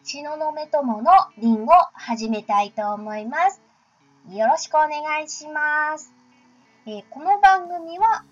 東雲友のりんご始めたいと思います。よろしくお願いします。この番組は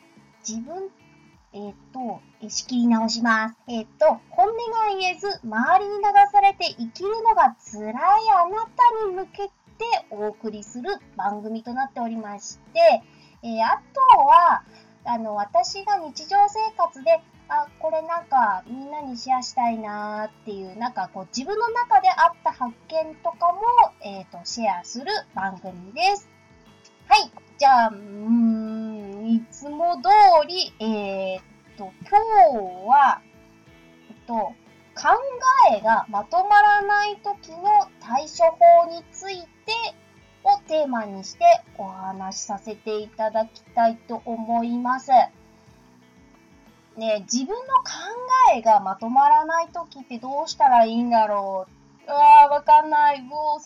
仕切り直します。本音が言えず周りに流されて生きるのが辛いあなたに向けてお送りする番組となっておりまして、あとは私が日常生活でこれなんかみんなにシェアしたいなーっていう自分の中であった発見とかもシェアする番組です。はい、じゃあいつも通り今日は考えがまとまらない時の対処法についてをテーマにしてお話しさせていただきたいと思います。ね、自分の考えがまとまらないときってどうしたらいいんだろう。わかんない。うわ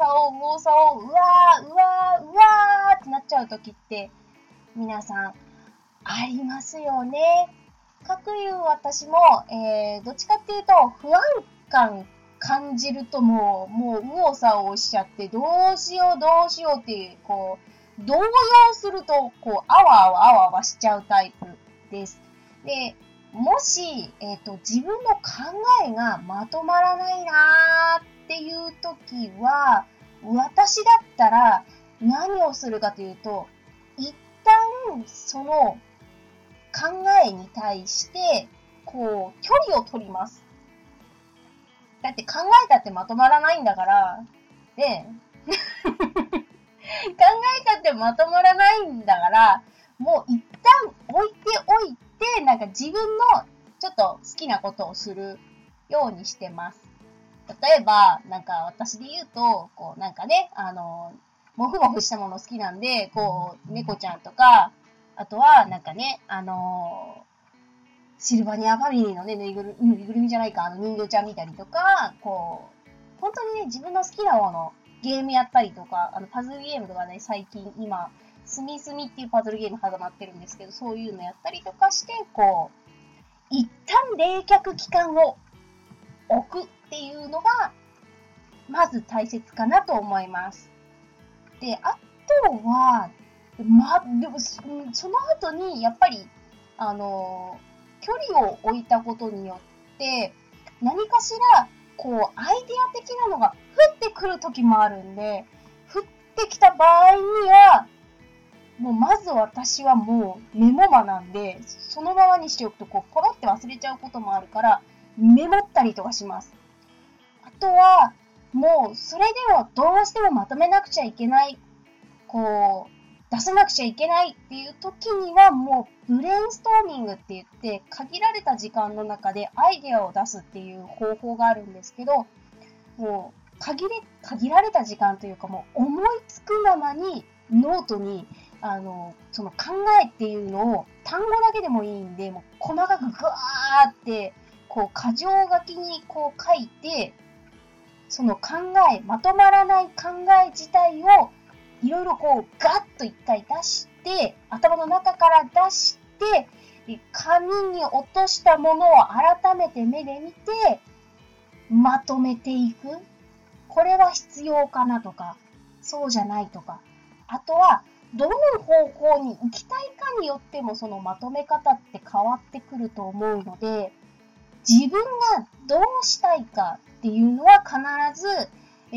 ーってなっちゃうときって皆さんありますよね。かくいう私も、どっちかっていうと不安感感じるともう右往左往しちゃってどうしようっていう動揺するとあわあわしちゃうタイプです。でもし、自分の考えがまとまらないなーっていう時は、私だったら何をするかというと、一旦その考えに対して距離を取ります。だって考えたってまとまらないんだからね考えたってまとまらないんだからもう一旦置いておいて自分のちょっと好きなことをするようにしてます。例えば私で言うとモフモフしたもの好きなんで猫ちゃんとかあとはシルバニアファミリーのねぬいぐるみじゃないか人形ちゃん見たりとか本当にね自分の好きなものゲームやったりとかパズルゲームとかね最近今すみすみっていうパズルゲーム始まってるんですけどそういうのやったりとかして一旦冷却期間を置くっていうのがまず大切かなと思います。で、あとはでもその後にやっぱり距離を置いたことによって何かしらアイデア的なのが降ってくる時もあるんで、降ってきた場合にはもうまず私はもうメモマなんでそのままにしておくとポロって忘れちゃうこともあるからメモったりとかします。あとはもうそれでもどうしてもまとめなくちゃいけない出さなくちゃいけないっていう時にはもうブレインストーミングって言って限られた時間の中でアイデアを出すっていう方法があるんですけどもう限られた時間というかもう思いつくままにノートにその考えっていうのを単語だけでもいいんでもう細かくグワーって箇条書きに書いてそのまとまらない考え自体をいろいろガッと一回出して頭の中から出して紙に落としたものを改めて目で見てまとめていく。これは必要かなとかそうじゃないとかあとはどの方向に行きたいかによってもそのまとめ方って変わってくると思うので自分がどうしたいかっていうのは必ず、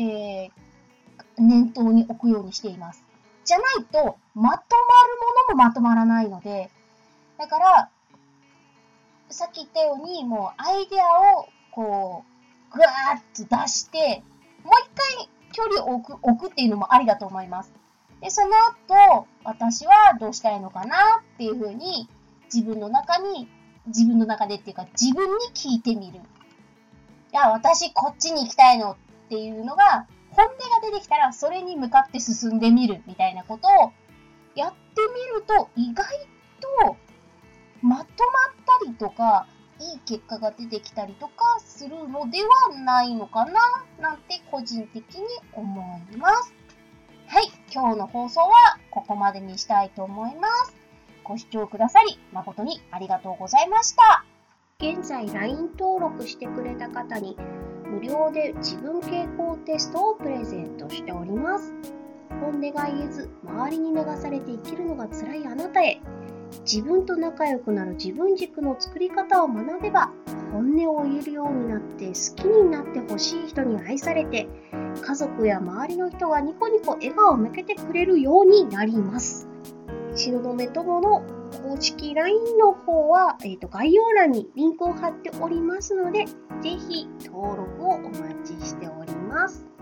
念頭に置くようにしています。じゃないとまとまるものもまとまらないのでだからさっき言ったようにもうアイデアをぐわーっと出してもう一回距離を置くっていうのもありだと思います。で、その後、私はどうしたいのかなっていうふうに自分の中でっていうか自分に聞いてみる。いや、私こっちに行きたいのっていうのが本音が出てきたらそれに向かって進んでみるみたいなことをやってみると意外とまとまったりとかいい結果が出てきたりとかするのではないのかななんて個人的に思います。はい、今日の放送はここまでにしたいと思います。ご視聴くださり誠にありがとうございました。現在 LINE 登録してくれた方に無無料で自分傾向テストをプレゼントしております。本音が言えず、周りに流されて生きるのが辛いあなたへ、自分と仲良くなる自分軸の作り方を学べば、本音を言えるようになって好きになってほしい人に愛されて、家族や周りの人がニコニコ笑顔を向けてくれるようになります。東雲友の公式 LINE の方は、概要欄にリンクを貼っておりますので、ぜひ登録をお待ちしております。